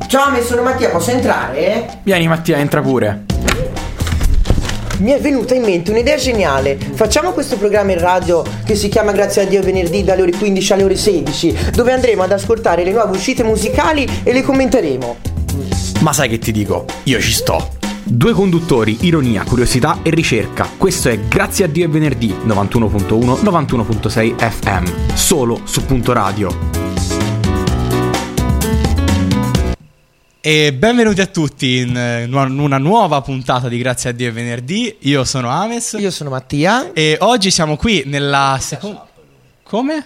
Ciao, sono Mattia, posso entrare? Vieni Mattia, entra pure. Mi è venuta in mente un'idea geniale. Facciamo questo programma in radio che si chiama Grazie a Dio venerdì dalle ore 15 alle ore 16, dove andremo ad ascoltare le nuove uscite musicali e le commenteremo. Ma sai che ti dico? Io ci sto. 2 conduttori, ironia, curiosità e ricerca. Questo è Grazie a Dio è venerdì 91.1, 91.6 FM. Solo su Punto Radio. E benvenuti a tutti in una nuova puntata di Grazie a Dio è venerdì. Io sono Ames. Io sono Mattia. E oggi siamo qui nella seconda... Come?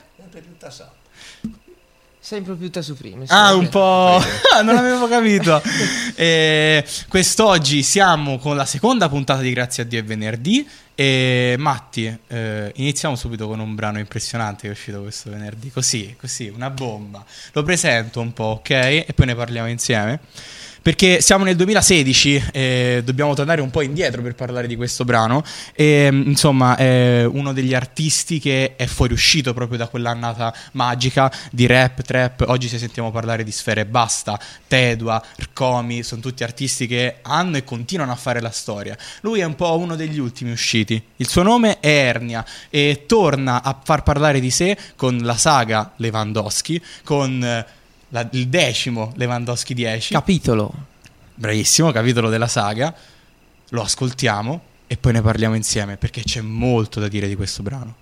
Sempre più soffrire. Un po'. Non avevo capito. Quest'oggi siamo con la seconda puntata di Grazie a Dio è venerdì. E Matti, iniziamo subito con un brano impressionante che è uscito questo venerdì. Così, una bomba. Lo presento un po', ok? E poi ne parliamo insieme. Perché siamo nel 2016 e dobbiamo tornare un po' indietro per parlare di questo brano. E insomma è uno degli artisti che è fuoriuscito proprio da quell'annata magica di rap, trap. Oggi se sentiamo parlare di Sfera Ebbasta, Tedua, Rcomi, sono tutti artisti che hanno e continuano a fare la storia. Lui è un po' uno degli ultimi usciti. Il suo nome è Ernia e torna a far parlare di sé con la saga Lewandowski, con... il 10° Lewandowski 10 capitolo. Bravissimo, capitolo della saga. Lo ascoltiamo e poi ne parliamo insieme, perché c'è molto da dire di questo brano.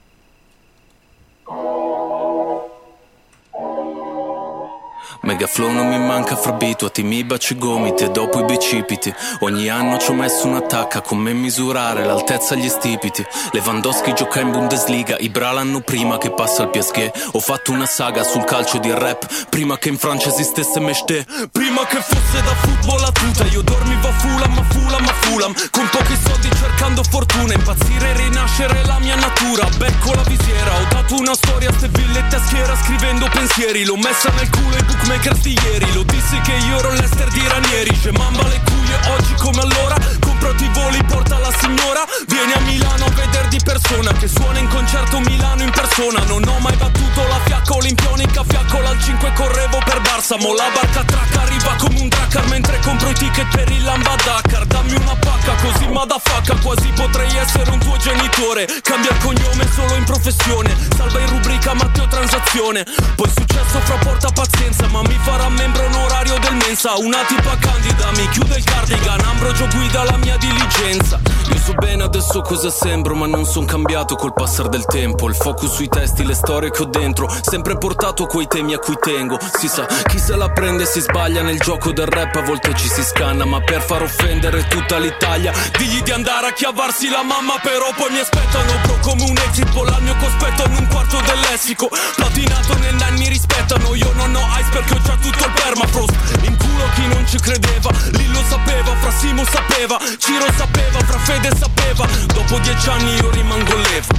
Mega flow non mi manca fra abituati, mi baci gomiti e dopo i bicipiti. Ogni anno ci ho messo un'attacca, con me misurare l'altezza agli stipiti. Lewandowski gioca in Bundesliga, Ibra l'anno prima che passa al PSG. Ho fatto una saga sul calcio di rap, prima che in Francia esistesse Meshte. Prima che fosse da football a tuta, io dormivo a Fulham, con pochi soldi cercando fortuna, impazzire e rinascere la mia natura. Becco la visiera, ho dato una storia a ste villette a schiera, scrivendo pensieri, l'ho messa nel culo e bookmakers di ieri. Lo dissi che io ero l'Ester di Ranieri. C'è mamba le cuie oggi come allora, comprati i voli, porta la signora. Vieni a Milano a vedere di persona, che suona in concerto Milano in persona. Non ho mai battuto la fiacca olimpionica, fiaccola al 5 correvo per Barça. Mo la barca tracca arriva come un Drakkar, mentre compro i ticket per il Lamba Dakar. Dammi una pacca così madafacca, quasi potrei essere un tuo genitore. Cambia il cognome solo in professione, salva in rubrica Matteo Transazione. Poi successo fra porta pazienza, ma mi farà membro onorario del Mensa. Una tipa candida mi chiude il cardigan, Ambrogio guida la mia diligenza. Io so bene adesso cosa sembro, ma non son cambiato col passare del tempo. Il focus sui testi, le storie che ho dentro, sempre portato quei temi a cui tengo. Si sa, chi se la prende si sbaglia nel gioco del rap, a volte ci si scanna, ma per far offendere tutta l'Italia digli di andare a chiavarsi la mamma. Però poi mi aspettano bro come un exit poll, al mio cospetto hanno un quarto del lessico. Platinato negli anni mi rispettano, io non ho ice perché ho già tutto il permafrost. In culo chi non ci credeva, Lillo sapeva, fra Simo sapeva, Ciro sapeva, fra Fede sapeva. Dopo 10 anni io rimango levo.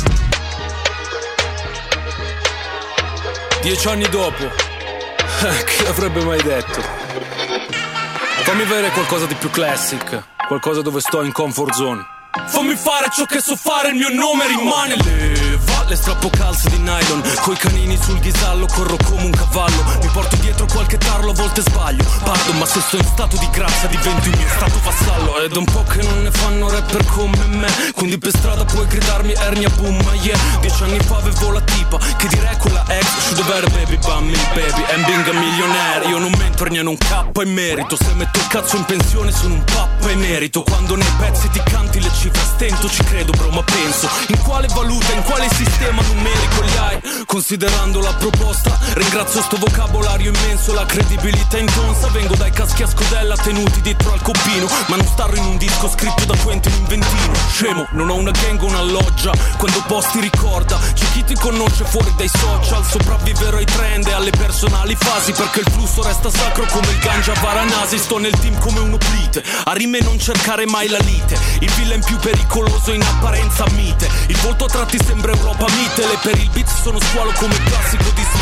10 anni dopo, chi avrebbe mai detto? Fammi vedere qualcosa di più classic, qualcosa dove sto in comfort zone. Fammi fare ciò che so fare, il mio nome rimane Leva. Le strappo calze di nylon, coi canini sul ghisallo, corro come un cavallo. Mi porto dietro qualche tarlo, a volte sbaglio, pardon, ma se sto in stato di grazia divento il mio stato vassallo. Ed è un po' che non ne fanno rapper come me, quindi per strada puoi gridarmi Ernia boom, ma yeah. 10 anni fa avevo la tipa, che direi quella ex should have had a baby by me, baby, and being a millionaire. Io non mento, Ernia non cappa in merito, se metto il cazzo in pensione sono un pappa emerito. Quando nei pezzi ti canti le cifre stento, ci credo bro, ma penso in quale valuta, in quale sistema numerico li hai, considerando la proposta. Ringrazio sto vocabolario immenso, la credibilità intonsa. Vengo dai caschi a scodella tenuti dietro al coppino, ma non starò in un disco scritto da Quentin Inventino. Scemo, non ho una gang o una loggia, quando posti ricorda, c'è chi ti conosce fuori dai social. Sopravviverò ai trend e alle personali fasi, perché il flusso resta sacro come il ganja Varanasi. Sto nel team come un oplite, a rime non cercare mai la lite. Il villain più pericoloso in apparenza mite, il volto a tratti sembra Europa Mitele. Per il beat sono squalo come il classico di Spielberg.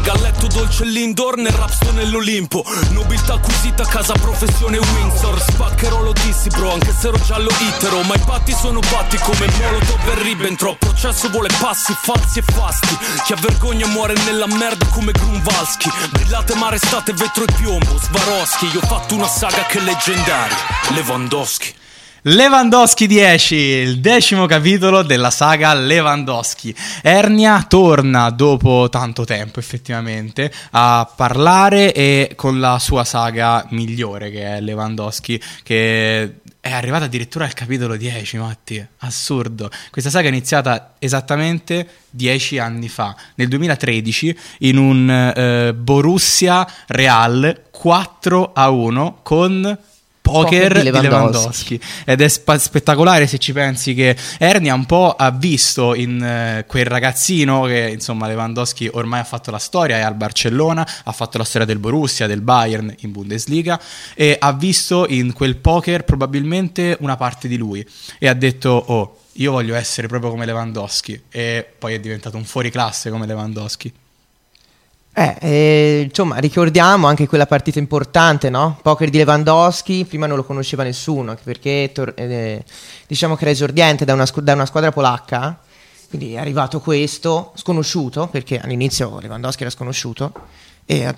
targa, letto dolce l'indoor, nel rap sto nell'Olimpo. Nobiltà acquisita, casa, professione Windsor. Spaccherò lo dissi bro, anche se ero giallo itero. Ma i patti sono patti come Molotov e Ribbentrop. Processo vuole passi falsi e fasti. Chi ha vergogna muore nella merda come Grunwalski. Brillate ma restate vetro e piombo, Swarovski. Io ho fatto una saga che è leggendaria, Lewandowski. Lewandowski 10, il 10° capitolo della saga Lewandowski. Ernia torna dopo tanto tempo effettivamente a parlare, e con la sua saga migliore che è Lewandowski, che è arrivata addirittura al capitolo 10, Matti, assurdo. Questa saga è iniziata esattamente 10 anni fa, nel 2013, in un Borussia Real 4-1 con poker di Lewandowski. Ed è spettacolare se ci pensi che Ernia un po' ha visto in quel ragazzino che, insomma, Lewandowski ormai ha fatto la storia, è al Barcellona, ha fatto la storia del Borussia, del Bayern in Bundesliga, e ha visto in quel poker probabilmente una parte di lui e ha detto: oh, io voglio essere proprio come Lewandowski, e poi è diventato un fuoriclasse come Lewandowski. Insomma, ricordiamo anche quella partita importante, no? Poker di Lewandowski, prima non lo conosceva nessuno, perché diciamo che era esordiente da una squadra polacca, quindi è arrivato questo sconosciuto, perché all'inizio Lewandowski era sconosciuto, e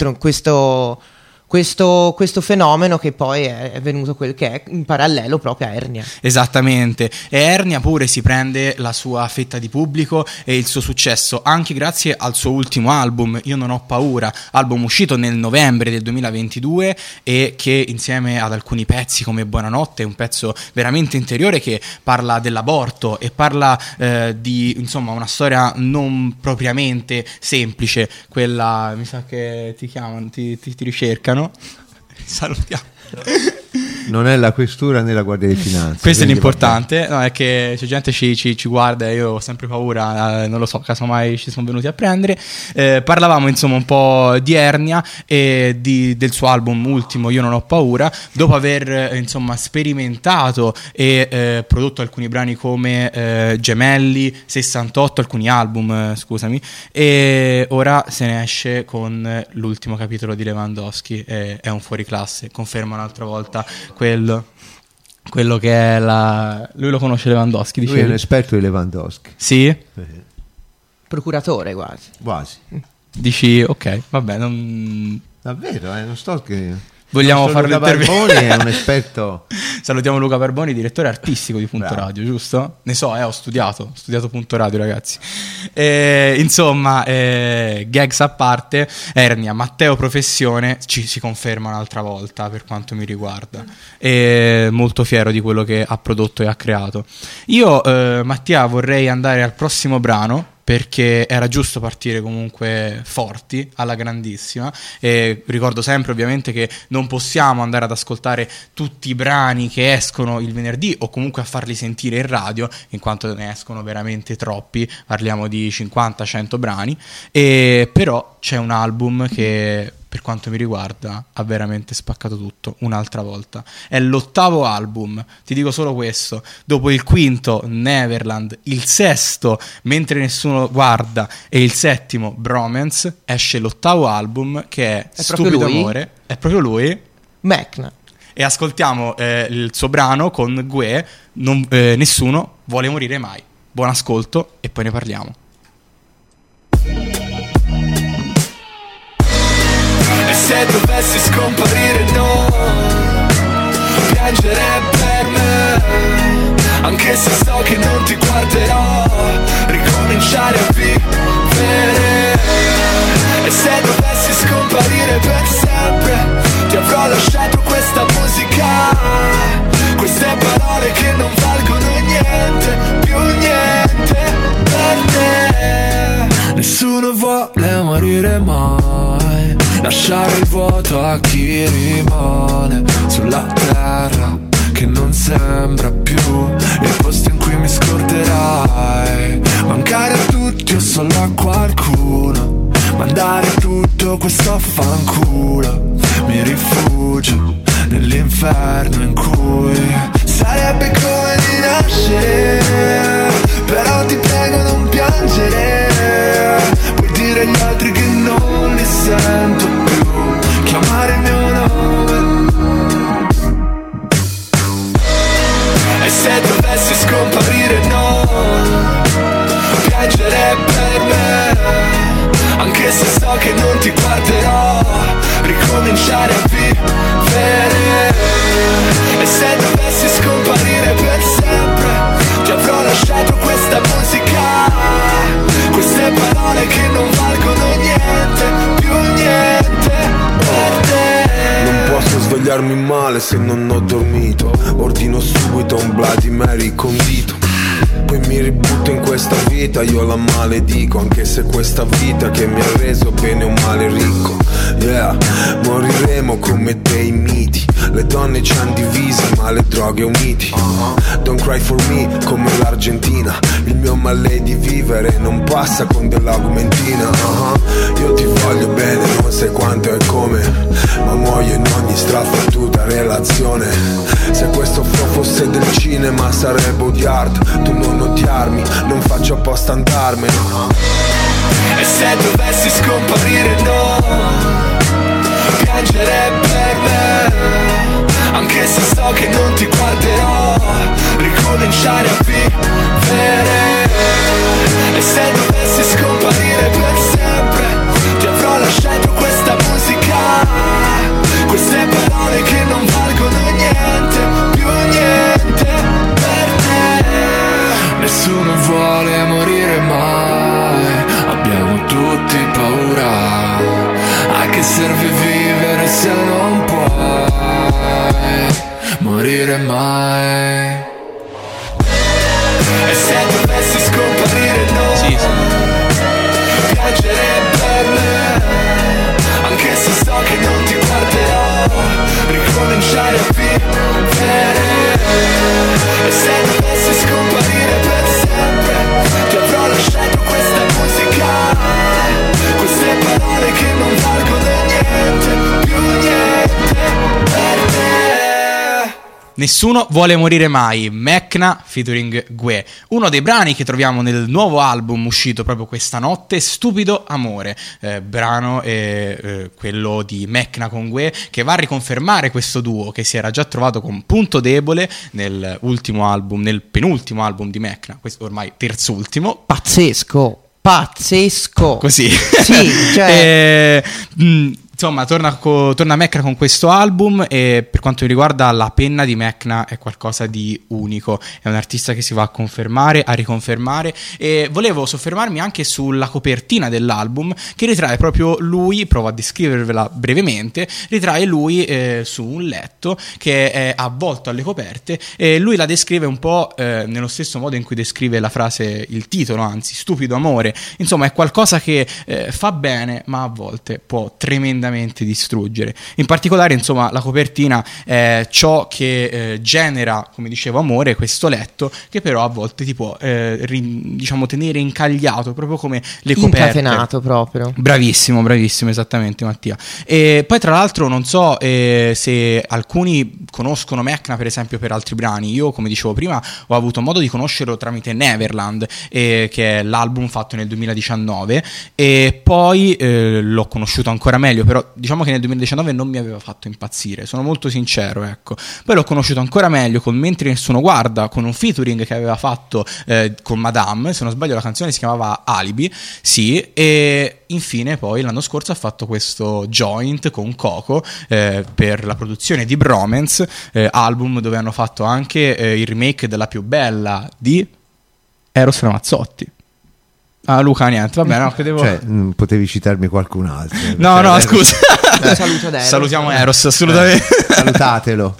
questo fenomeno che poi è venuto quel che è, in parallelo proprio a Ernia. Esattamente, e Ernia pure si prende la sua fetta di pubblico e il suo successo anche grazie al suo ultimo album, Io non ho paura, album uscito nel novembre del 2022 e che insieme ad alcuni pezzi come Buonanotte, un pezzo veramente interiore che parla dell'aborto e parla di, insomma, una storia non propriamente semplice, quella, mi sa che ti chiamano, ti ricercano. Salutiamo. Non è la questura né la Guardia di Finanza. Questo è l'importante, no, è che c'è gente ci guarda e io ho sempre paura, non lo so, casomai ci sono venuti a prendere. Parlavamo insomma un po' di Ernia e del suo album ultimo Io non ho paura, dopo aver insomma sperimentato e prodotto alcuni brani come Gemelli, 68, alcuni album, scusami, e ora se ne esce con l'ultimo capitolo di Lewandowski, è un fuoriclasse, conferma un'altra volta quello che è lui lo conosce Lewandowski, dicevi? Lui è un esperto di Lewandowski. Sì? Procuratore quasi. Dici ok, vabbè, non... Davvero, non sto che... Vogliamo farlo intervenire. Luca Barboni è un esperto. Salutiamo Luca Barboni, direttore artistico di Punto Bravo. Radio, giusto? Ne so, ho studiato Punto Radio, ragazzi. Insomma, gags a parte, Ernia, Matteo professione, si conferma un'altra volta per quanto mi riguarda. E molto fiero di quello che ha prodotto e ha creato. Io, Mattia, vorrei andare al prossimo brano, perché era giusto partire comunque forti, alla grandissima, e ricordo sempre ovviamente che non possiamo andare ad ascoltare tutti i brani che escono il venerdì o comunque a farli sentire in radio, in quanto ne escono veramente troppi, parliamo di 50-100 brani, e però c'è un album che per quanto mi riguarda ha veramente spaccato tutto un'altra volta. È l'8º album, ti dico solo questo, dopo il 5º Neverland, il 6º Mentre nessuno guarda e il 7º Bromance, esce l'8º album che è Stupido Amore, è proprio lui, Mecna, e ascoltiamo il suo brano con Gue, Nessuno vuole morire mai. Buon ascolto e poi ne parliamo. Se dovessi scomparire no, piangere per me, anche se so che non ti guarderò, ricominciare a vivere. E se dovessi scomparire per sempre, ti avrò lasciato questa musica, queste parole che non valgono niente, più niente per te. Nessuno vuole morire mai, lasciare il vuoto a chi rimane sulla terra che non sembra più il posto in cui mi scorderai. Mancare a tutti o solo a qualcuno, mandare tutto questo fanculo. Mi rifugio nell'inferno in cui sarebbe come di nascere, però ti prego non piangere, puoi dire agli altri che non li ricominciare a vivere. E se dovessi scomparire per sempre, ti avrò lasciato questa musica, queste parole che non valgono niente, più niente per te. Non posso svegliarmi male se non ho dormito. Ordino subito un Bloody Mary condito, poi mi ributto in questa vita, io la maledico, anche se questa vita che mi ha reso bene o male ricco. Yeah, moriremo come dei miti, le donne ci han divisi ma le droghe uniti. Don't cry for me come l'Argentina, il mio male di vivere non passa con dell'augmentina. Io ti voglio bene, non sai quanto e come, ma muoio in ogni strafottuta relazione. Se questo flow fosse del cinema sarebbe di art, tu non odiarmi, non faccio apposta andarmene. E se dovessi scomparire no, piangere per me, anche se so che non ti guarderò, ricominciare a vivere. E se dovessi scomparire per sempre, ti avrò lasciato questa musica, queste parole che non valgono niente, più niente per te. Nessuno vuole morire mai, abbiamo tutti paura. A che serve vivere se non puoi morire mai? E se dovessi scomparire no, Sì. piangere per me, anche se so che non ti guarderò, ricominciare a vivere. E se dovessi scomparire per sempre, ti avrò lasciato questa musica, queste parole che non valgono niente, più niente per te. Nessuno vuole morire mai, Mecna featuring Gue, uno dei brani che troviamo nel nuovo album uscito proprio questa notte, Stupido Amore, brano quello di Mecna con Gue, che va a riconfermare questo duo che si era già trovato con punto debole nell'ultimo album, nel penultimo album di Mecna, questo ormai terzultimo. Pazzesco. Così. Sì, cioè insomma, torna Mecna con questo album, e per quanto mi riguarda la penna di Mecna è qualcosa di unico, è un artista che si va a confermare, a riconfermare, e volevo soffermarmi anche sulla copertina dell'album, che ritrae proprio lui, provo a descrivervela brevemente, ritrae lui su un letto che è avvolto alle coperte, e lui la descrive un po' nello stesso modo in cui descrive la frase, il titolo anzi, Stupido Amore. Insomma, è qualcosa che fa bene ma a volte può tremendamente distruggere. In particolare, insomma, la copertina è ciò che genera, come dicevo, amore, questo letto, che però a volte ti può diciamo tenere incagliato, proprio come le coperte. incatenato proprio. Bravissimo, esattamente, Mattia. E poi tra l'altro non so se alcuni conoscono Mecna per esempio per altri brani. Io, come dicevo prima, ho avuto modo di conoscerlo tramite Neverland, che è l'album fatto nel 2019, e poi l'ho conosciuto ancora meglio, però diciamo che nel 2019 non mi aveva fatto impazzire, sono molto sincero, ecco. Poi l'ho conosciuto ancora meglio con Mentre Nessuno Guarda, con un featuring che aveva fatto con Madame, se non sbaglio la canzone si chiamava Alibi, sì, e infine poi l'anno scorso ha fatto questo joint con Coco per la produzione di Bromance, album dove hanno fatto anche il remake della più bella di Eros Ramazzotti. Ah, Luca, niente, vabbè, no, credevo... Cioè, potevi citarmi qualcun altro. No, scusa. Un saluto ad Eros. Salutiamo Eros, assolutamente. Salutatelo.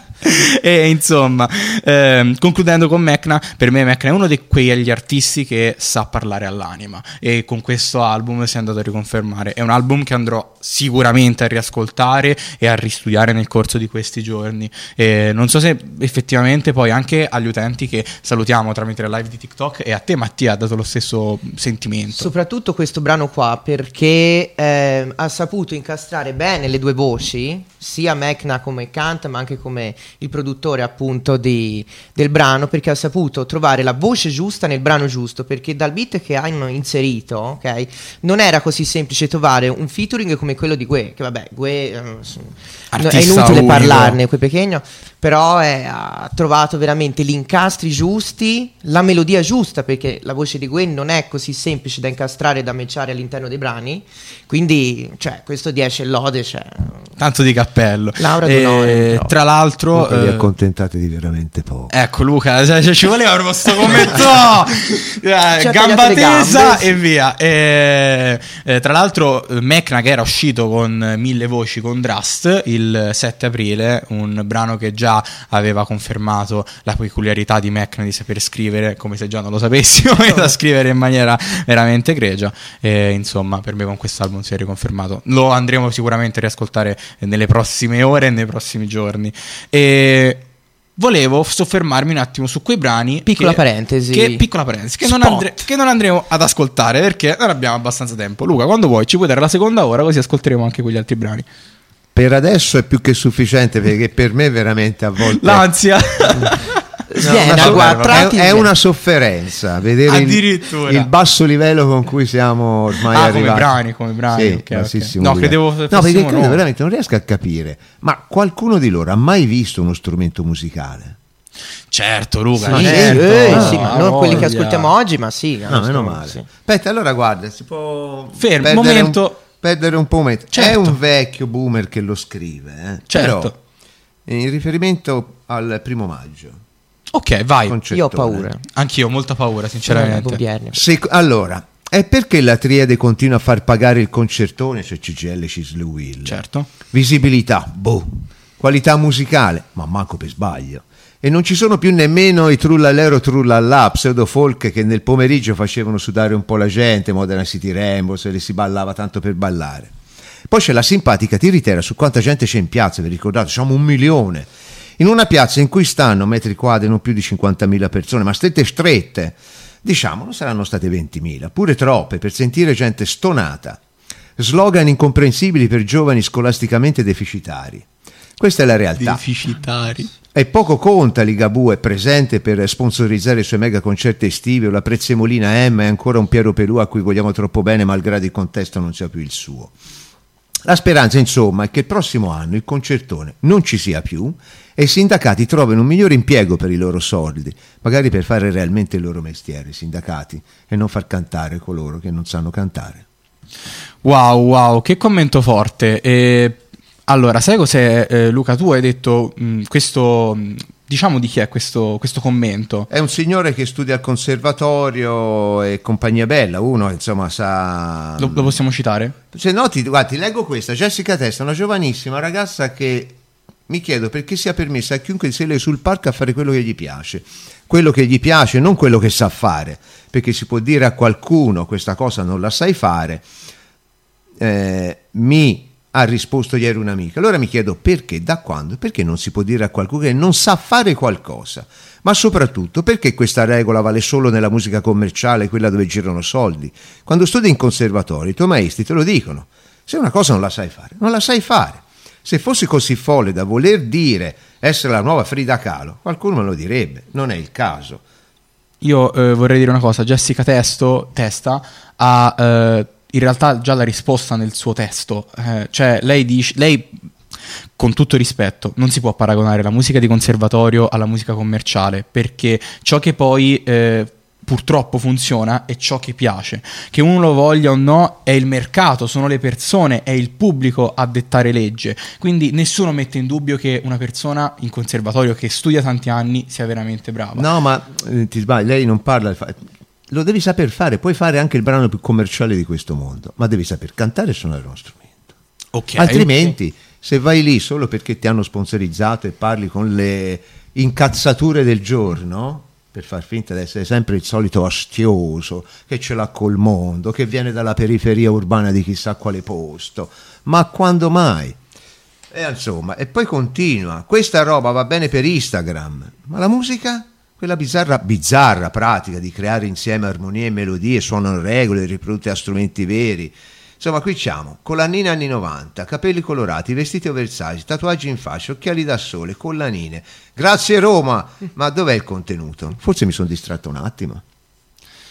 E insomma, concludendo con Mecna, per me Mecna è uno di quegli artisti che sa parlare all'anima, e con questo album si è andato a riconfermare. È un album che andrò sicuramente a riascoltare e a ristudiare nel corso di questi giorni, e non so se effettivamente poi anche agli utenti che salutiamo tramite la live di TikTok, e a te Mattia ha dato lo stesso sentimento. Soprattutto questo brano qua, perché ha saputo incastrare bene le due voci, sia Mecna come canta ma anche come il produttore appunto del brano, perché ha saputo trovare la voce giusta nel brano giusto, perché dal beat che hanno inserito, ok, non era così semplice trovare un featuring come come quello di Gue, che vabbè, Gue è Artista inutile unico. parlarne, Gue Pequeno, però ha trovato veramente gli incastri giusti, la melodia giusta, perché la voce di Gue non è così semplice da incastrare e da matchare all'interno dei brani, quindi cioè, questo 10 e lode, cioè, Tanto di cappello. Laura Donore, Tra l'altro, Vi accontentate di veramente poco. ecco Luca, cioè, ci voleva proprio sto commento. Gamba tagliate le tesa gambe, sì. e via. Tra l'altro, Mecna, che era uscito con 1000 voci con Drust il 7 aprile, un brano che già aveva confermato la peculiarità di Mecna di saper scrivere, come se già non lo sapessimo, e da scrivere in maniera veramente egregia. Insomma, per me con quest'album si è riconfermato. Lo andremo sicuramente a riascoltare nelle prossime ore e nei prossimi giorni. E volevo soffermarmi un attimo su quei brani. Piccola parentesi. Che non andremo ad ascoltare perché non abbiamo abbastanza tempo. Luca, quando vuoi ci puoi dare la seconda ora, così ascolteremo anche quegli altri brani. Per adesso è più che sufficiente, perché per me veramente a volte L'ansia. Sviena, guarda, è una sofferenza vedere Addirittura. il basso livello con cui siamo ormai arrivati. come brani. Sì, ok. bassissimo No, livello. credevo No, perché fossimo credo noi. veramente non riesco a capire, ma qualcuno di loro ha mai visto uno strumento musicale? Certo, Luca. Sì, certo. sì, ma Ah, non quelli che voglia. ascoltiamo oggi, ma sì. No, meno male. Sì. Aspetta, allora guarda, si può Fermo, perdere momento. perdere un po' un momento. Certo. È un vecchio boomer che lo scrive, Certo. Però, in riferimento al 1° maggio. Ok, vai. concertone. Io ho paura. Anch'io ho molta paura, Bombierne. sinceramente. Allora, è perché la Triade continua a far pagare il concertone, cioè CGL, Cisle Will? Certo. Visibilità, boh. Qualità musicale, ma manco per sbaglio. E non ci sono più nemmeno i trullallero trullallà, pseudo folk che nel pomeriggio facevano sudare un po' la gente, Modena City Rainbow, se le si ballava tanto per ballare. Poi c'è la simpatica tiritera su quanta gente c'è in piazza, vi ricordate? Siamo 1 milione. In una piazza in cui stanno metri quadri non più di 50.000 persone, ma strette, diciamo, non saranno state 20.000, pure troppe per sentire gente stonata. Slogan incomprensibili per giovani scolasticamente deficitari. Questa è la realtà. Deficitari. E poco conta Ligabue, presente per sponsorizzare i suoi mega concerti estivi, o la Prezzemolina M e ancora un Piero Pelù a cui vogliamo troppo bene malgrado il contesto non sia più il suo. La speranza, insomma, è che il prossimo anno il concertone non ci sia più e i sindacati trovino un migliore impiego per i loro soldi, magari per fare realmente il loro mestiere, i sindacati, e non far cantare coloro che non sanno cantare. Wow, che commento forte. Allora, sai cos'è, Luca? Tu hai detto questo. Diciamo di chi è questo commento? È un signore che studia al conservatorio e compagnia bella, uno insomma sa... Lo possiamo citare? Se no, guardi, leggo questa, Jessica Testa, una giovanissima ragazza che mi chiedo perché sia permessa a chiunque sale sul palco a fare quello che gli piace. Quello che gli piace, non quello che sa fare, perché si può dire a qualcuno questa cosa non la sai fare, mi ha risposto ieri un'amica. Allora mi chiedo perché, da quando, perché non si può dire a qualcuno che non sa fare qualcosa, ma soprattutto perché questa regola vale solo nella musica commerciale, quella dove girano soldi. Quando studi in conservatorio i tuoi maestri te lo dicono, se una cosa non la sai fare, non la sai fare. Se fossi così folle da voler dire essere la nuova Frida Kahlo, qualcuno me lo direbbe, non è il caso. Io vorrei dire una cosa, Jessica Testa ha in realtà già la risposta nel suo testo, cioè lei con tutto rispetto non si può paragonare la musica di conservatorio alla musica commerciale, perché ciò che poi purtroppo funziona è ciò che piace, che uno lo voglia o no è il mercato, sono le persone, è il pubblico a dettare legge, quindi nessuno mette in dubbio che una persona in conservatorio che studia tanti anni sia veramente brava. No, ma ti sbagli, lei non parla, lo devi saper fare, puoi fare anche il brano più commerciale di questo mondo, ma devi saper cantare e suonare uno strumento. Ok. Altrimenti, se vai lì solo perché ti hanno sponsorizzato e parli con le incazzature del giorno, per far finta di essere sempre il solito astioso che ce l'ha col mondo, che viene dalla periferia urbana di chissà quale posto, ma quando mai? E insomma, e poi continua, questa roba va bene per Instagram, ma la musica? Quella bizzarra pratica di creare insieme armonie e melodie, suonano regole, riprodotte a strumenti veri. Insomma, qui siamo, collanine anni 90, capelli colorati, vestiti oversize, tatuaggi in faccia, occhiali da sole, collanine. Grazie Roma! Ma dov'è il contenuto? Forse mi sono distratto un attimo.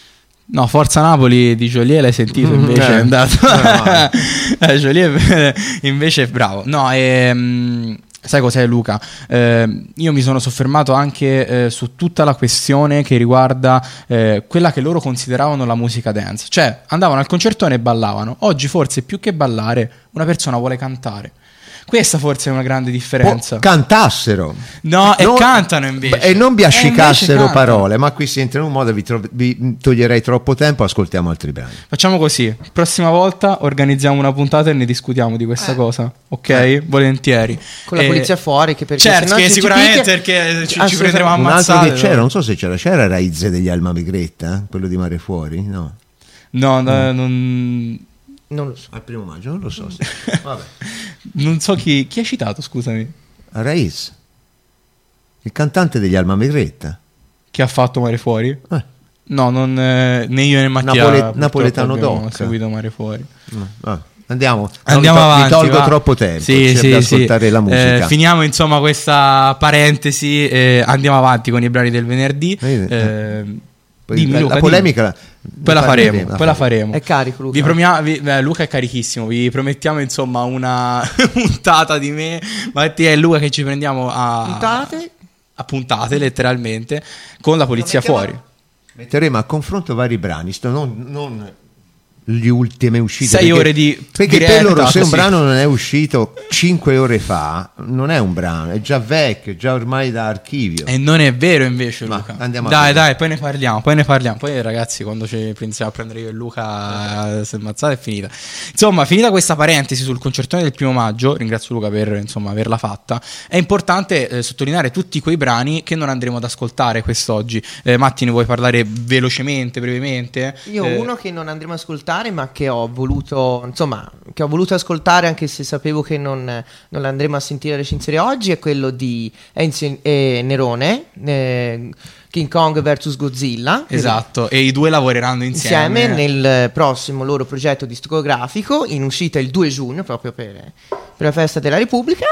No, Forza Napoli di Joliet l'hai sentito, invece è andato. Joliet invece è bravo. No, sai cos'è, Luca? Io mi sono soffermato anche su tutta la questione che riguarda quella che loro consideravano la musica dance. Cioè, andavano al concertone e ballavano. Oggi forse più che ballare una persona vuole cantare. Questa forse è una grande differenza. Cantassero. No, e cantano invece. E non biascicassero invece parole, ma qui si entra in un modo, vi toglierei troppo tempo, ascoltiamo altri brani. Facciamo così, prossima volta organizziamo una puntata e ne discutiamo di questa cosa, ok? Volentieri. Con la polizia fuori, che perché certo, sennò che ci sicuramente picchia- perché ci Assolutamente. prenderemo Un altro ammazzate. che c'era, non so se c'era Raizze degli Alma Migretta, quello di Mare Fuori? No. Non lo so. Al 1 maggio, non lo so. Vabbè. Non so chi ha citato, scusami. Raiz, il cantante degli Alma Migretta. Che ha fatto Mare Fuori? No, non né io né Mattia purtroppo Napoletano abbiamo doc. seguito Mare Fuori. Andiamo Avanti, vi tolgo va. troppo tempo. Sì, cerco di ascoltare la musica. Finiamo insomma questa parentesi, andiamo avanti con i brani del venerdì. Poi Dimmi, Luca, la polemica poi la faremo. È carico, Luca. Luca è carichissimo. Vi promettiamo insomma una puntata di me, Mattia e Luca, che ci prendiamo a puntate letteralmente con la polizia fuori. Metteremo a confronto vari brani, non le ultime uscite. 6 ore di perché diretta, per loro se un così. brano non è uscito 5 ore fa non è un brano, è già vecchio, è già ormai da archivio. E non è vero invece, Ma Luca. andiamo Dai, poi ne parliamo. Poi ragazzi, quando ci pensiamo a prendere io e Luca, se ammazzata è finita. Insomma, finita questa parentesi sul concertone del 1 maggio, ringrazio Luca per insomma averla fatta. È importante sottolineare tutti quei brani che non andremo ad ascoltare quest'oggi. Matti, ne vuoi parlare velocemente, brevemente? Io uno che non andremo ad ascoltare, ma che ho voluto ascoltare, anche se sapevo che non l'andremo a sentire recensire oggi, è quello di Enzio e Nerone, King Kong vs Godzilla. Esatto, e i due lavoreranno insieme nel prossimo loro progetto discografico, in uscita il 2 giugno, proprio per la festa della Repubblica.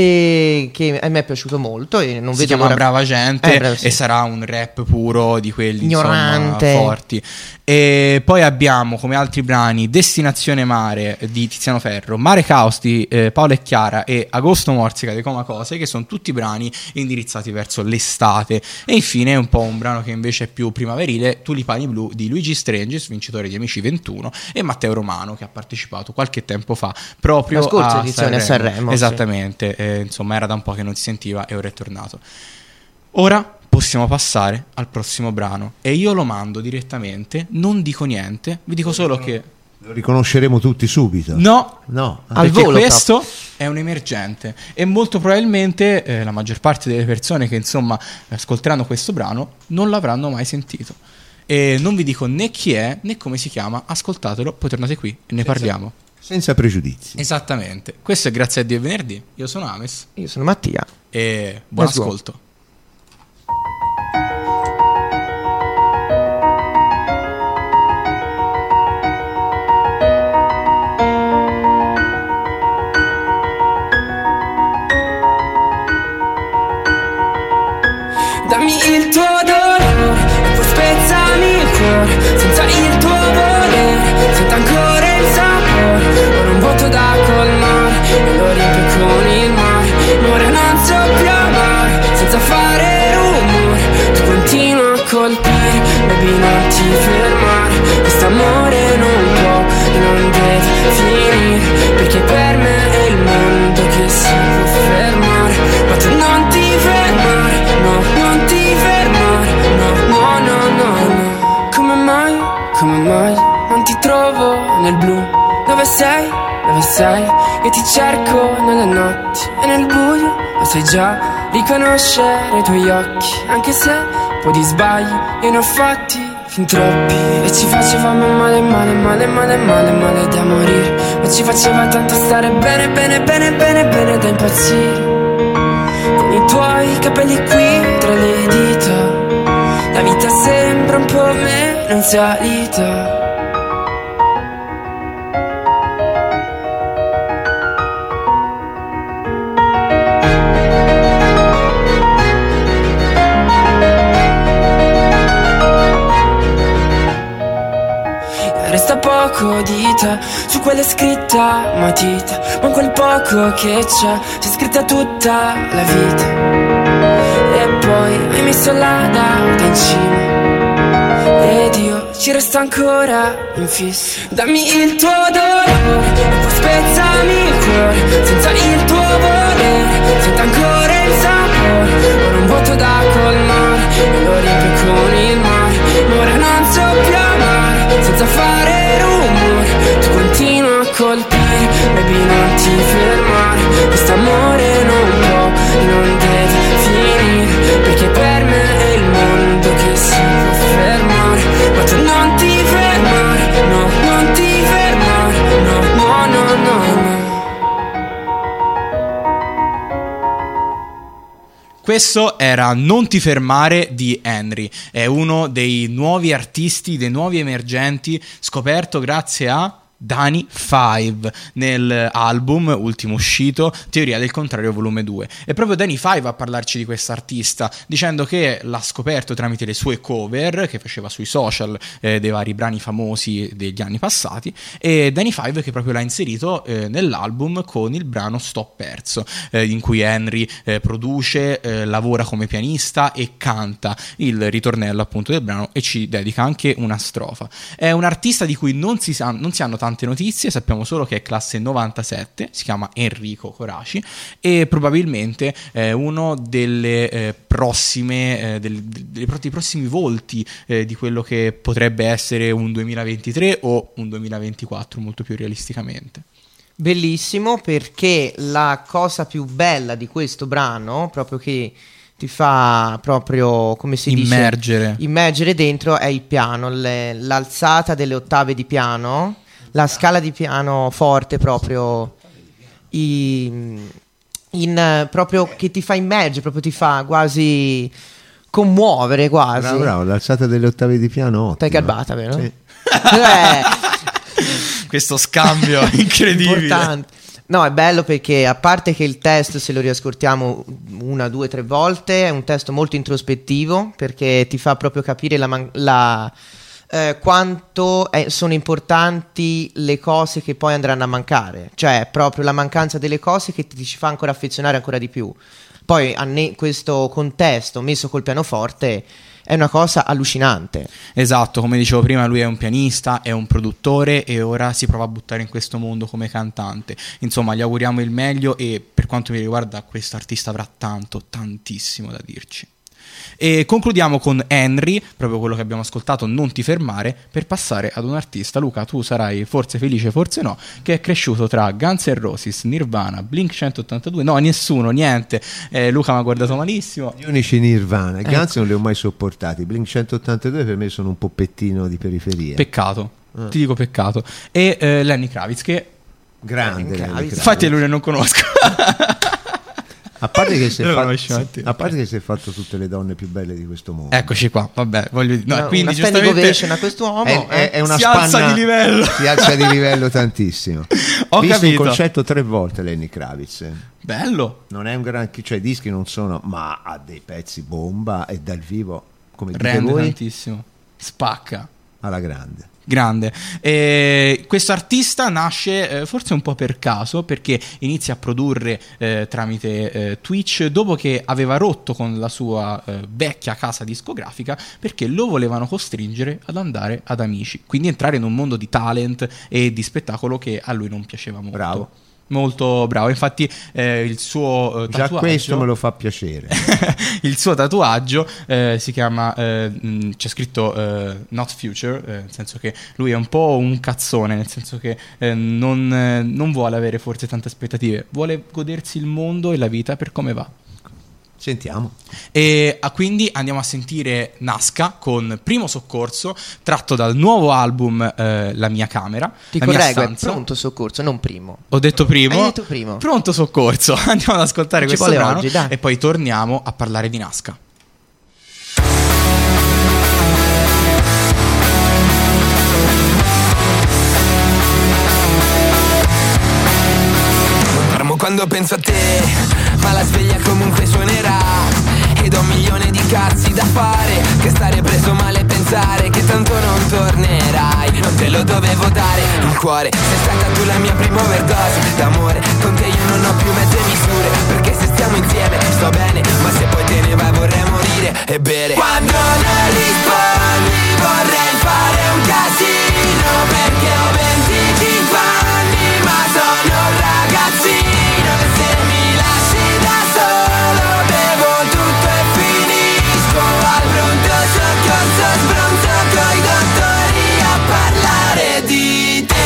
E che a me è piaciuto molto e non si vedo chiama l'ora- Brava Gente, bravo, sì. e sarà un rap puro di quelli Ignorante. insomma forti. E poi abbiamo come altri brani Destinazione Mare di Tiziano Ferro, Mare Caos di Paolo e Chiara e Agosto Morsica di Coma Cose, che sono tutti brani indirizzati verso l'estate. E infine un po' un brano che invece è più primaverile, Tulipani Blu di Luigi Strangis, vincitore di Amici 21, e Matteo Romano, che ha partecipato qualche tempo fa proprio la scorsa a edizione a Sanremo, esattamente, insomma era da un po' che non si sentiva e ora è tornato. Ora possiamo passare al prossimo brano e io lo mando direttamente, non dico niente, vi dico solo che Lo riconosceremo tutti subito. no, Al perché volo, questo è un emergente e molto probabilmente la maggior parte delle persone che insomma ascolteranno questo brano non l'avranno mai sentito. E non vi dico né chi è né come si chiama, ascoltatelo, poi tornate qui e ne parliamo. Senza pregiudizi. Esattamente, questo è Grazie a Dio è venerdì, io sono Ames Io sono Mattia. e buon Let's go. ascolto. Dammi il tuo dolore e poi spezzami il cuore. Senza il tuo volere sento ancora il sapore. Ora un vuoto da colmare e lo riempio con il mare. Ora non so più amare senza fare rumore. Tu continui a colpire, baby non ti fermare. Quest'amore non può e non deve finire, perché per me è il mondo che si può fermare. Ma tu non ti fermare, no, non ti fermare, no, no, no, no, no. Come mai non ti trovo nel blu? Dove sei? Dove sei? Io ti cerco nelle notti e nel buio, lo sai già riconoscere i tuoi occhi. Anche se poi di sbagli io ne ho fatti fin troppi e ci faceva male, male, male, male, male, male da morire. Ma ci faceva tanto stare bene, bene, bene, bene, bene da impazzire. Con i tuoi capelli qui tra le dita, la vita sembra un po' meno in salita. sa poco di te, su quella è scritta matita, ma quel poco che c'è scritta tutta la vita. E poi hai messo la data in cima ed io ci resto ancora in fisso. Dammi il tuo dolore e poi spezzami il cuore, senza il tuo volere sento ancora il sapore. Ora un vuoto da colmare e lo riempio con il mare, ma ora non so più amare senza fare rumore. Tu continui a colpire, baby non ti fermare, quest'amore non può e non deve finire, perché per me è il mondo che si può fermare, ma tu non ti fermare, no, non ti fermare, no, no, no, no, no. Questo era Non ti fermare di Henry, è uno dei nuovi artisti, dei nuovi emergenti, scoperto grazie a Dani 5 nell'album ultimo uscito Teoria del contrario volume 2. È proprio Dani 5 a parlarci di quest'artista, dicendo che l'ha scoperto tramite le sue cover che faceva sui social dei vari brani famosi degli anni passati, e Dani 5 che proprio l'ha inserito nell'album con il brano Sto perso, in cui Henry produce, lavora come pianista e canta il ritornello appunto del brano e ci dedica anche una strofa. È un artista di cui non si hanno tante notizie, sappiamo solo che è classe 97, si chiama Enrico Coraci e probabilmente è uno delle prossime dei prossimi volti di quello che potrebbe essere un 2023 o un 2024 molto più realisticamente. Bellissimo, perché la cosa più bella di questo brano, proprio che ti fa proprio, come si dice, immergere dentro, è il piano, l'alzata delle ottave di piano, la scala di piano forte proprio, proprio che ti fa immergere, proprio ti fa quasi commuovere quasi. Bravo, l'alzata delle ottave di piano, ottimo. T'hai garbata, vero? Sì. Questo scambio incredibile. Importante. No, è bello perché, a parte che il testo, se lo riascoltiamo 1, 2, 3 volte, è un testo molto introspettivo, perché ti fa proprio capire quanto sono importanti le cose che poi andranno a mancare, cioè proprio la mancanza delle cose che ti ci fa ancora affezionare ancora di più. Poi questo contesto messo col pianoforte è una cosa allucinante. Esatto, come dicevo prima, lui è un pianista, è un produttore e ora si prova a buttare in questo mondo come cantante. Insomma, gli auguriamo il meglio e per quanto mi riguarda questo artista avrà tantissimo da dirci. E concludiamo con Henry, proprio quello che abbiamo ascoltato, Non ti fermare, per passare ad un artista, Luca, tu sarai forse felice, forse no, che è cresciuto tra Guns N' Roses, Nirvana, Blink 182, no, nessuno, niente, Luca mi ha guardato malissimo. Gli unici Nirvana, Guns non li ho mai sopportati, Blink 182 per me sono un poppettino di periferia. Peccato, ti dico peccato. E Lenny Kravitz, che grande Lenny Kravitz. Infatti lui non conosco. A parte che si è fatto tutte le donne più belle di questo mondo. Eccoci qua, vabbè, voglio dire, no, quindi una standing ovation a quest'uomo è una si alza di livello. Si alza di livello tantissimo. Ho visto capito. un concerto 3 volte Lenny Kravitz. Bello. Non è un granché, cioè i dischi non sono, ma ha dei pezzi bomba e dal vivo, come dite rende voi, tantissimo, spacca alla grande. Questo artista nasce forse un po' per caso, perché inizia a produrre tramite Twitch dopo che aveva rotto con la sua vecchia casa discografica, perché lo volevano costringere ad andare ad Amici, quindi entrare in un mondo di talent e di spettacolo che a lui non piaceva molto. Bravo. Molto bravo, infatti il suo tatuaggio, già questo me lo fa piacere. Il suo tatuaggio si chiama c'è scritto Not Future, nel senso che lui è un po' un cazzone, nel senso che non vuole avere forse tante aspettative, vuole godersi il mondo e la vita per come va. Sentiamo. E quindi andiamo a sentire Nasca con Primo Soccorso, tratto dal nuovo album La mia camera. Ti correggo, è Pronto Soccorso, non Primo. Ho detto primo. Hai detto primo. Pronto Soccorso. Andiamo ad ascoltare questo brano oggi, dai. E poi torniamo a parlare di Nasca. Dormo quando penso a te, ma la sveglia comunque suonerà. Ed ho 1.000.000 di cazzi da fare, che stare preso male e pensare che tanto non tornerai. non te lo dovevo dare il cuore. Sei stata tu la mia prima overdose d'amore. Con te io non ho più mezze misure, perché se stiamo insieme sto bene, ma se poi te ne vai vorrei morire e bere. Quando non rispondi vorrei fare un casino, perché ho 25 anni ma sono un ragazzino. E se mi lasci da solo bevo tutto e finisco al pronto soccorso, sbronzo coi dottori a parlare di te.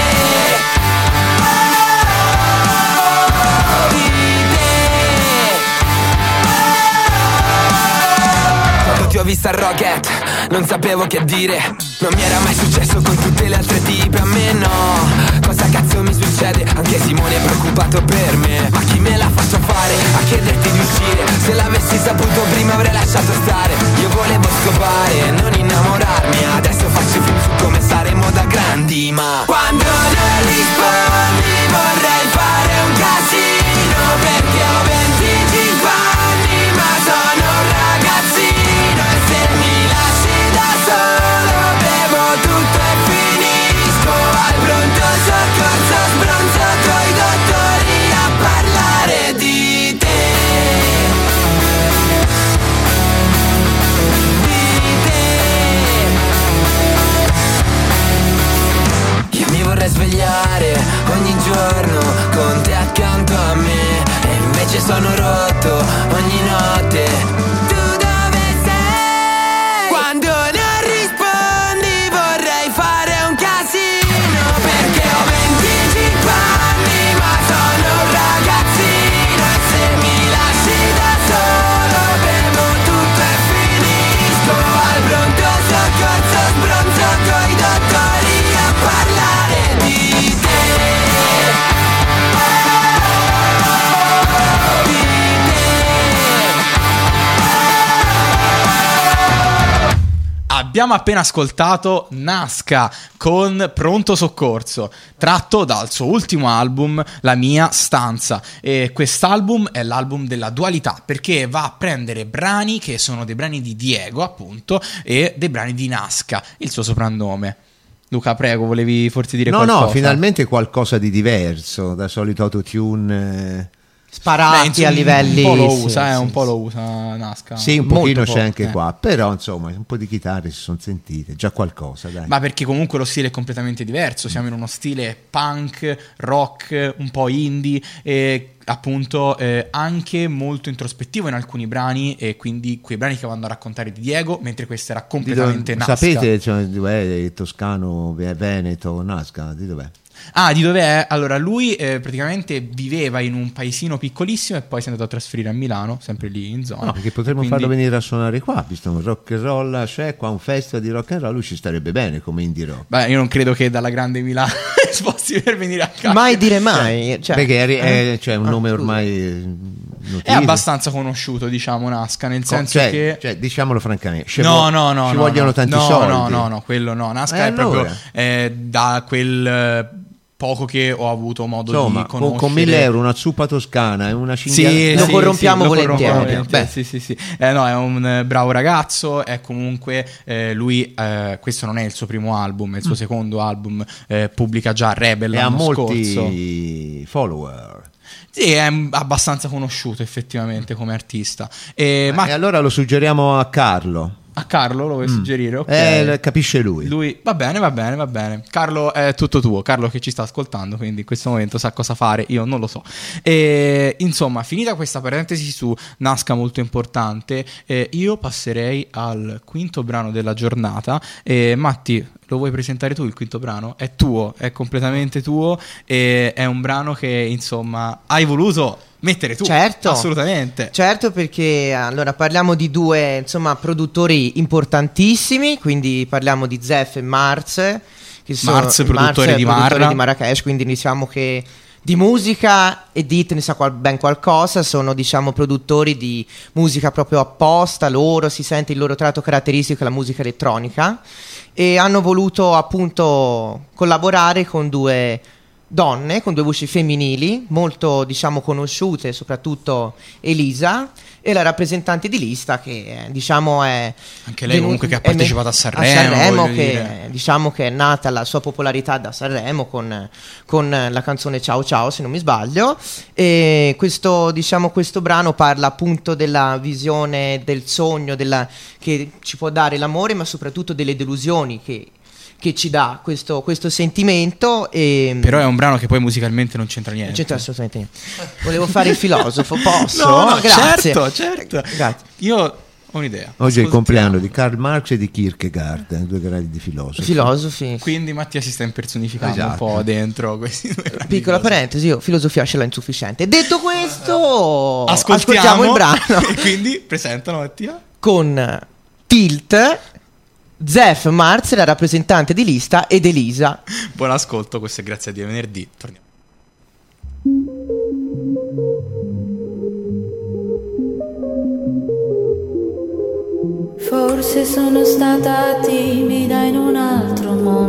Ti ho vista al Rocket, non sapevo che dire. Non mi era mai successo con tutte le altre tipe, a me no. Cosa cazzo mi succede? Anche Simone è preoccupato per me. Ma chi me la faccio fare a chiederti di uscire? Se l'avessi saputo prima avrei lasciato stare. Io volevo scopare, non innamorarmi. Adesso faccio film su come saremo da grandi. Ma quando non rispondi vorrei fare un casino, perché ho 25 anni ma sono un ragazzino. Tutto e finisco al pronto soccorso, sbronzo coi dottori a parlare di te. Di te. Io mi vorrei svegliare ogni giorno con te accanto a me, e invece sono rotto ogni notte. Abbiamo appena ascoltato Nasca con Pronto Soccorso, tratto dal suo ultimo album, La Mia Stanza. E quest'album è l'album della dualità, perché va a prendere brani che sono dei brani di Diego, appunto, e dei brani di Nasca, il suo soprannome. Luca, prego, volevi forse dire qualcosa? No, finalmente qualcosa di diverso, da solito autotune sparati insomma, a livelli. Un po' lo usa, un po' lo usa Nasca. Sì, un pochino c'è anche qua, però insomma un po' di chitarre si sono sentite, già qualcosa, dai. Ma perché comunque lo stile è completamente diverso, siamo in uno stile punk, rock, un po' indie e appunto anche molto introspettivo in alcuni brani, e quindi quei brani che vanno a raccontare di Diego, mentre questo era completamente Nasca. Sapete, cioè, dov'è Toscano, Veneto, Nasca, di dov'è? Ah, di dov'è? Allora, lui praticamente viveva in un paesino piccolissimo e poi si è andato a trasferire a Milano, sempre lì in zona. No, perché potremmo farlo venire a suonare qua, visto un rock and roll, c'è qua un festival di rock and roll, lui ci starebbe bene come indie rock. Beh, io non credo che dalla grande Milano sposti per venire a casa. Mai dire mai. Cioè, perché è un nome ormai notevole. È abbastanza conosciuto, diciamo, Nasca, nel senso che... Cioè, diciamolo francamente, ci vogliono tanti soldi. No, quello no. Nasca è proprio da quel... poco che ho avuto modo di conoscere. Con 1.000 euro una zuppa toscana e una cinghiale lo corrompiamo volentieri. Sì. No, è un bravo ragazzo, è comunque lui questo non è il suo primo album, è il suo secondo album, pubblica già Rebel l'anno scorso. Ha molti follower. Sì, è abbastanza conosciuto effettivamente come artista. E allora lo suggeriamo a Carlo. A Carlo lo vuoi suggerire? Okay. Capisce lui. Va bene. Carlo, è tutto tuo. Carlo che ci sta ascoltando, quindi in questo momento sa cosa fare, io non lo so. E, insomma, finita questa parentesi su Nasca molto importante, io passerei al quinto brano della giornata. Matti, lo vuoi presentare tu il quinto brano? È tuo, è completamente tuo, e è un brano che insomma hai voluto mettere tu. Certo, assolutamente. Certo, perché allora parliamo di due produttori importantissimi, quindi parliamo di Zef e Mars, che sono produttore di Marrakesh, quindi diciamo che di musica Edith ne sa ben qualcosa, sono produttori di musica proprio apposta, loro si sente il loro tratto caratteristico, la musica elettronica, e hanno voluto appunto collaborare con due donne, con 2 voci femminili, molto diciamo conosciute, soprattutto Elisa, e la rappresentante di lista che diciamo è anche lei comunque che ha partecipato a Sanremo, che diciamo che è nata la sua popolarità da Sanremo con la canzone Ciao Ciao, se non mi sbaglio, e questo brano parla appunto della visione del sogno che ci può dare l'amore, ma soprattutto delle delusioni che ci dà questo sentimento. Però è un brano che poi musicalmente non c'entra niente. Non c'entra assolutamente niente. Volevo fare il filosofo, posso? No, grazie. Certo. Grazie. Io ho un'idea. Oggi è il compleanno di Karl Marx e di Kierkegaard, 2 grandi di filosofi. Quindi Mattia si sta impersonificando un po' dentro questi 2 grandi. Piccola parentesi, io filosofia ce l'ho insufficiente. Detto questo, ascoltiamo il brano. E quindi presentano Mattia con Tilt, Zef Marz, la rappresentante di lista, ed Elisa. Buon ascolto, questo è Grazie a Dio Venerdì. Torniamo. Forse sono stata timida in un altro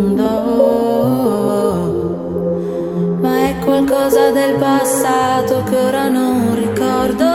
mondo, ma è qualcosa del passato che ora non ricordo.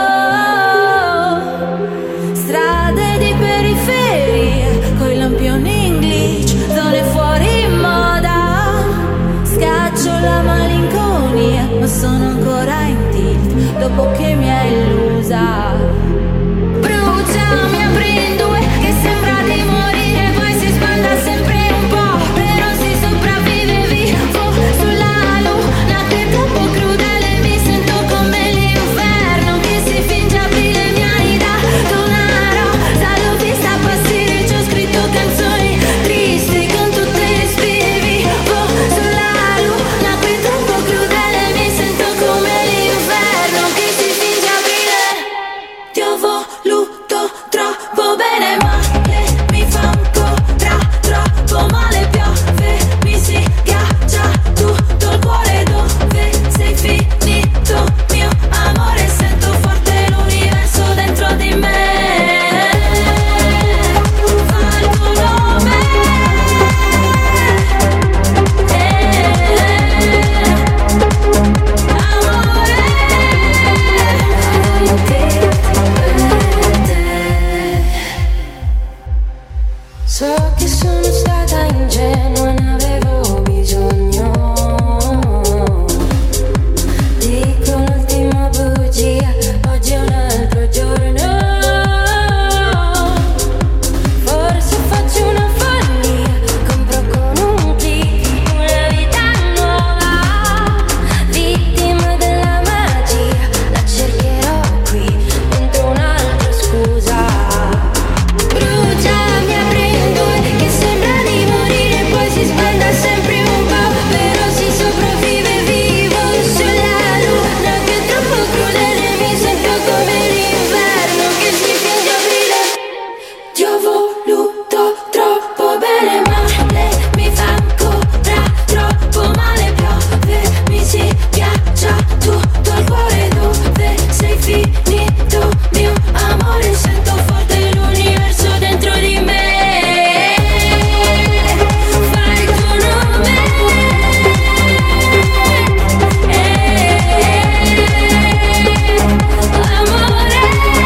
Strade di periferia, coi lampioni in glitch, zone fuori moda. Scaccio la malinconia, ma sono ancora in tilt dopo che mi hai illusa. Bruciami, apri in 2, che sembra di morire, poi si spanda sempre un po', però si sopravvive vivo sulla luna che è troppo crudele, mi sento come l'inferno che si finge aprile, mi hai dato una rosa, l'ho vista passare, ci ho scritto canzoni tristi con tutte le spine, vivo sulla luna che è troppo crudele, mi sento come l'inferno che si finge aprile. Ti ho voluto troppo bene, male, mi fa ancora troppo male, piove, mi si ghiaccia tutto il cuore, dove sei finito, mio amore, sento forte l'universo dentro di me, fa il tuo nome, so che sono stata ingenua, ne avevo bisogno. Dico l'ultima bugia, oggi è un altro giorno. Forse faccio una follia, compro con un click una vita nuova. Vittima della magia, la cercherò qui, dentro un'altra scusa. Bruciami, apri in 2, che sembra di morire, poi si spanda sempre un po', però si sopravvive vivo sulla luna che è troppo crudele, mi sento come l'inverno che si finge aprile. Ti ho voluto troppo bene, male, mi fa ancora troppo male, piove, mi si ghiaccia tutto il cuore, dove sei finito, mio amore, sento forte l'universo dentro di me, fai il tuo nome, amore,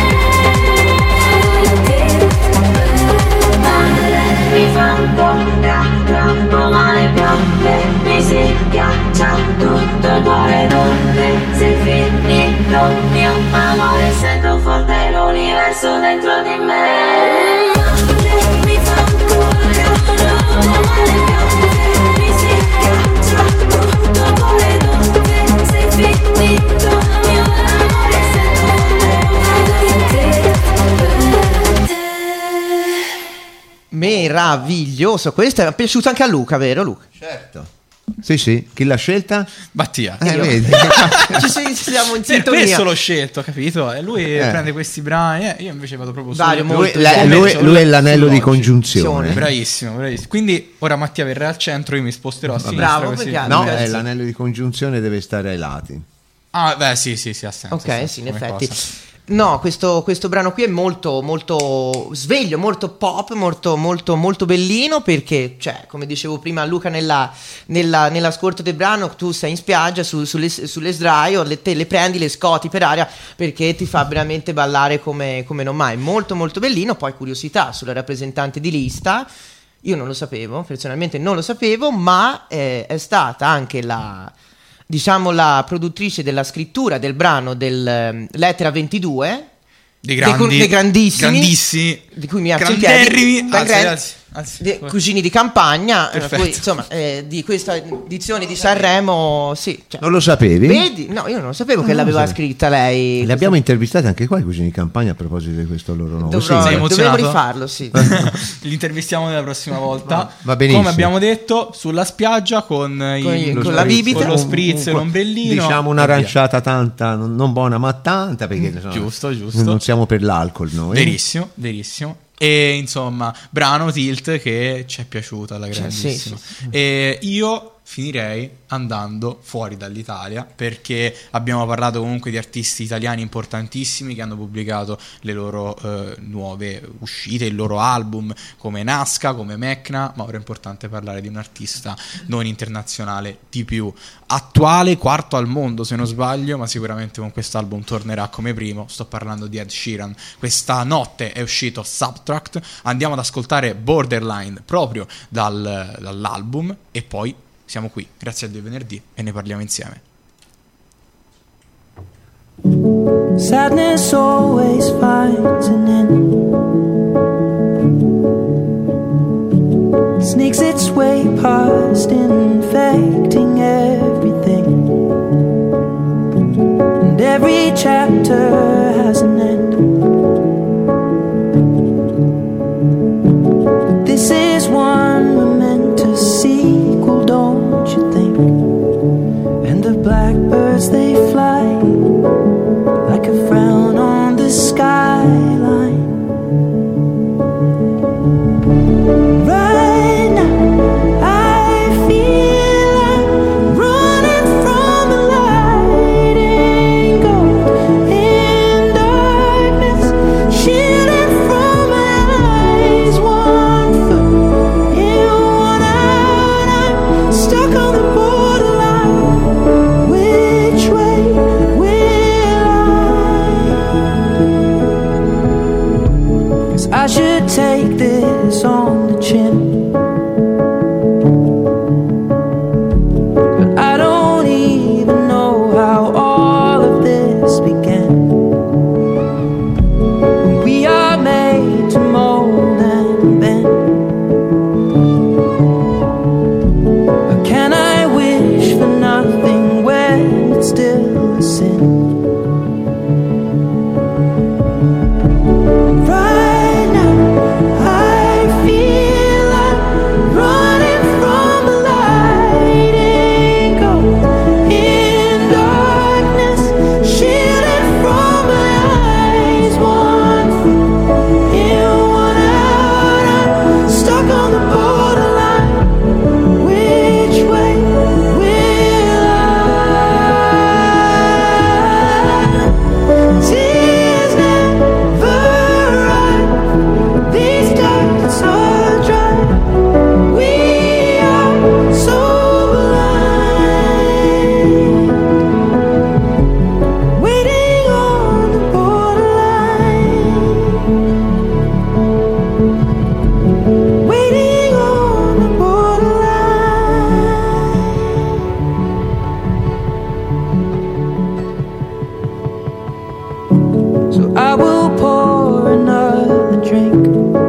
male, mi fa ancora troppo male, piove, mi si ghiaccia tutto il cuore, dove sei finito, mio amore, sento forte l'universo dentro di me, male, mi fa ancora troppo male, piove, mi si ghiaccia tutto il cuore, dove sei finito, mio amore, sento forte l'universo. Meraviglioso, questo è piaciuto anche a Luca, vero Luca? Certo. Sì, chi l'ha scelta? Mattia. Vedi. Ci siamo in Per sintonia. questo l'ho scelto, capito? E lui prende questi brani, io invece vado proprio Dario, su. molto Lui è l'anello di Logico. congiunzione. Bravissimo. Quindi ora Mattia verrà al centro, io mi sposterò a sinistra. Bravo, così. perché- No, Grazie. l'anello di congiunzione deve stare ai lati. Ah, beh, sì, ha senso. Ok, sì, in come effetti. cosa. No, questo brano qui è molto, molto sveglio, molto pop, molto, molto, molto bellino, perché, cioè, come dicevo prima a Luca nell'ascolto del brano, tu sei in spiaggia sulle sdraio, te le prendi, le scoti per aria, perché ti fa veramente ballare come non mai. Molto, molto bellino. Poi curiosità sulla rappresentante di lista, io non lo sapevo, personalmente non lo sapevo, ma è stata anche la produttrice della scrittura del brano del Lettera 22, dei grandissimi, di cui mi alzo in piedi, anzi, Cugini di campagna, Perfetto. insomma, di questa edizione di Sanremo, sì. Cioè, Non lo sapevi? vedi? No, io non lo sapevo che l'aveva scritta lei. Le abbiamo intervistate anche qua i Cugini di campagna a proposito di questo loro nuovo Dovremmo singolo. emozionato? rifarlo, sì. Li intervistiamo nella prossima volta. Va benissimo. Come abbiamo detto, sulla spiaggia con la bibita, con lo spritz e l'ombrellino. Diciamo un'aranciata tanta, non buona ma tanta, perché insomma, Giusto. non siamo per l'alcol noi. Verissimo. E insomma, brano Tilt che ci è piaciuto alla grandissima. sì. E io finirei andando fuori dall'Italia, perché abbiamo parlato comunque di artisti italiani importantissimi che hanno pubblicato le loro nuove uscite, il loro album, come Nasca, come Mecna, ma ora è importante parlare di un artista non internazionale di più, attuale, quarto al mondo se non sbaglio, ma sicuramente con questo album tornerà come primo. Sto parlando di Ed Sheeran. Questa notte è uscito Subtract, andiamo ad ascoltare Borderline proprio dall'album e poi siamo qui, grazie a Dio venerdì, e ne parliamo insieme. Sadness always finds an end, sneaks its way past, infecting everything, and every chapter has an end. But this is one momentous sequel, don't you think? And the blackbirds, they fly like a frown on the skyline. Right now I feel I'm running from the light and gold in darkness, shielding from my eyes. One foot in, one out, I'm stuck on the borderline. Which way will I? 'Cause I should take this on the chin, but I don't even know how all of this began. We are made to mold and bend. But can I wish for nothing when it's still a sin? Right now I feel I'm running from the light and gold in darkness, shielding from my eyes. One foot in, one out, I'm stuck on the borderline. Which way will I? Tears never arrive, these dark are dry. We are so blind, waiting on the borderline, waiting on the borderline. So I will pour another drink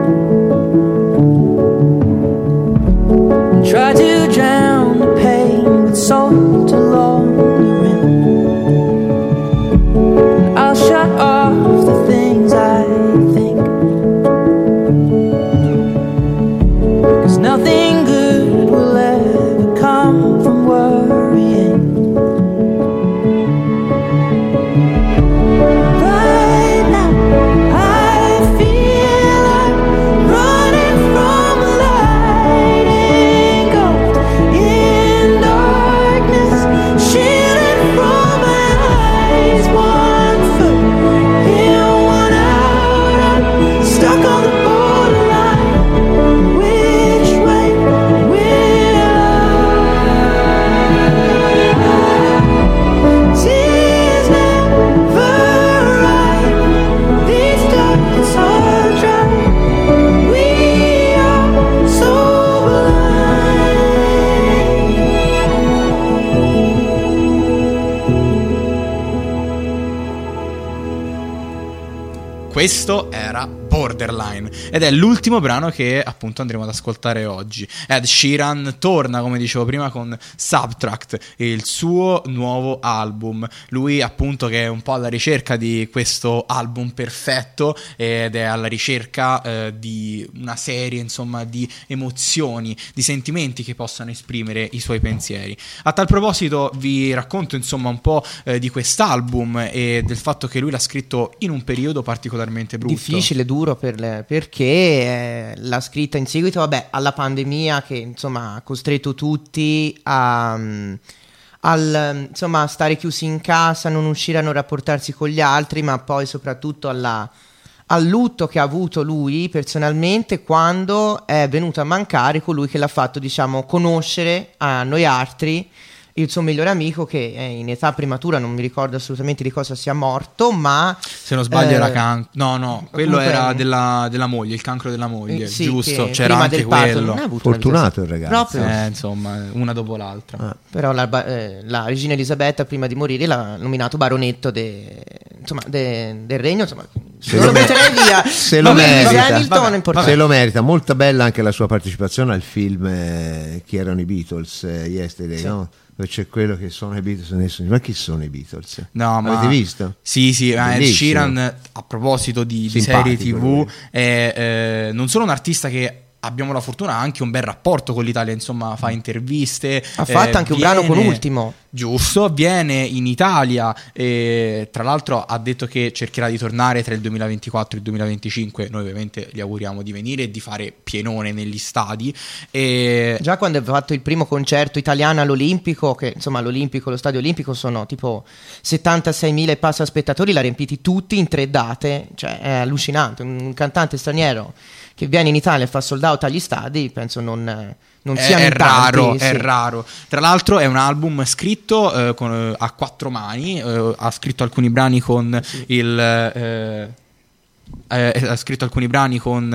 and try to drown the pain with salt along the rim. And I'll shut off the things I think, 'cause nothing good will ever come from worrying. Right now Questo era Borderline ed è l'ultimo brano che appunto andremo ad ascoltare oggi. Ed Sheeran torna, come dicevo prima, con Subtract, il suo nuovo album. Lui appunto che è un po' alla ricerca di questo album perfetto ed è alla ricerca di una serie, insomma, di emozioni, di sentimenti che possano esprimere i suoi pensieri. A tal proposito vi racconto insomma un po' di quest'album e del fatto che lui l'ha scritto in un periodo particolarmente brutto. Difficile, duro perché l'ha scritta in seguito, vabbè, alla pandemia che insomma ha costretto tutti a insomma stare chiusi in casa, non uscire a non rapportarsi con gli altri, ma poi soprattutto al lutto che ha avuto lui personalmente quando è venuto a mancare colui che l'ha fatto, diciamo, conoscere a noi altri, il suo migliore amico, che è in età prematura, non mi ricordo assolutamente di cosa sia morto, ma se non sbaglio era cancro. No, quello era comunque della moglie, il cancro della moglie, sì, giusto? che C'era prima anche del parto quello. non ha avuto Fortunato il ragazzo. proprio. Insomma, una dopo l'altra. Però la regina Elisabetta prima di morire l'ha nominato baronetto del regno, insomma, Se non lo lo metterei via. Se lo merita. Se lo merita. Molto bella anche la sua partecipazione al film Chi erano i Beatles, Yesterday, sì. No? Dove c'è quello che sono i Beatles, nessuno. Ma chi sono i Beatles? No, avete visto? Sì, Ed Sheeran, a proposito di serie TV, è non solo un artista che abbiamo la fortuna, ha anche un bel rapporto con l'Italia, insomma, fa interviste, ha fatto anche un brano con Ultimo, giusto, viene in Italia e tra l'altro ha detto che cercherà di tornare tra il 2024 e il 2025. Noi ovviamente gli auguriamo di venire e di fare pienone negli stadi. E già quando ha fatto il primo concerto italiano all'Olimpico, che insomma all'Olimpico, lo stadio olimpico sono tipo 76.000 e passa spettatori, l'ha riempiti tutti in 3 date, cioè è allucinante. Un cantante straniero che viene in Italia e fa sold out agli stadi, penso non siano raro, tanti, è raro. Tra l'altro è un album scritto a 4 mani, ha scritto alcuni brani con ha scritto alcuni brani con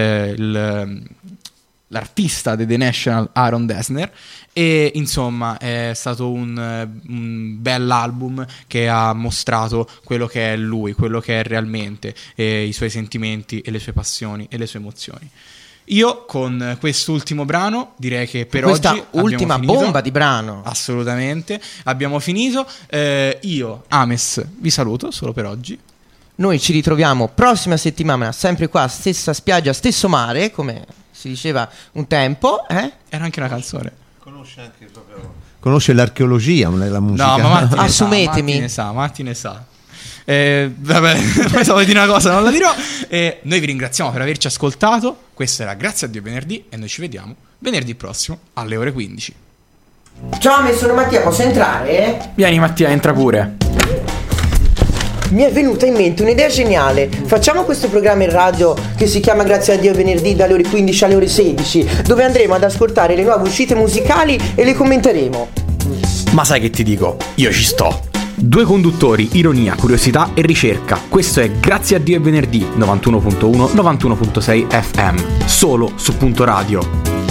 l'artista di The National, Aaron Dessner, e insomma è stato un bell'album che ha mostrato quello che è lui, quello che è realmente, i suoi sentimenti e le sue passioni e le sue emozioni. Io con quest'ultimo brano direi che per questa oggi ultima bomba di brano, assolutamente abbiamo finito. Io, Ames, vi saluto solo per oggi. Noi ci ritroviamo prossima settimana, sempre qua, stessa spiaggia, stesso mare, come si diceva un tempo. Era anche una canzone. Conosce l'archeologia, non è la musica. No, ma Matti assumetemi. Matti ne sa. Vabbè, pensavo di dire una cosa, non la dirò. Noi vi ringraziamo per averci ascoltato. Questo era Grazie a Dio venerdì e noi ci vediamo venerdì prossimo alle ore 15. Ciao, sono Mattia, posso entrare? Vieni Mattia, entra pure. Mi è venuta in mente un'idea geniale. Facciamo questo programma in radio che si chiama Grazie a Dio venerdì dalle ore 15 alle ore 16, dove andremo ad ascoltare le nuove uscite musicali e le commenteremo. Ma sai che ti dico? Io ci sto. 2 conduttori, ironia, curiosità e ricerca. Questo è Grazie a Dio è venerdì 91.1 91.6 FM, solo su Punto Radio.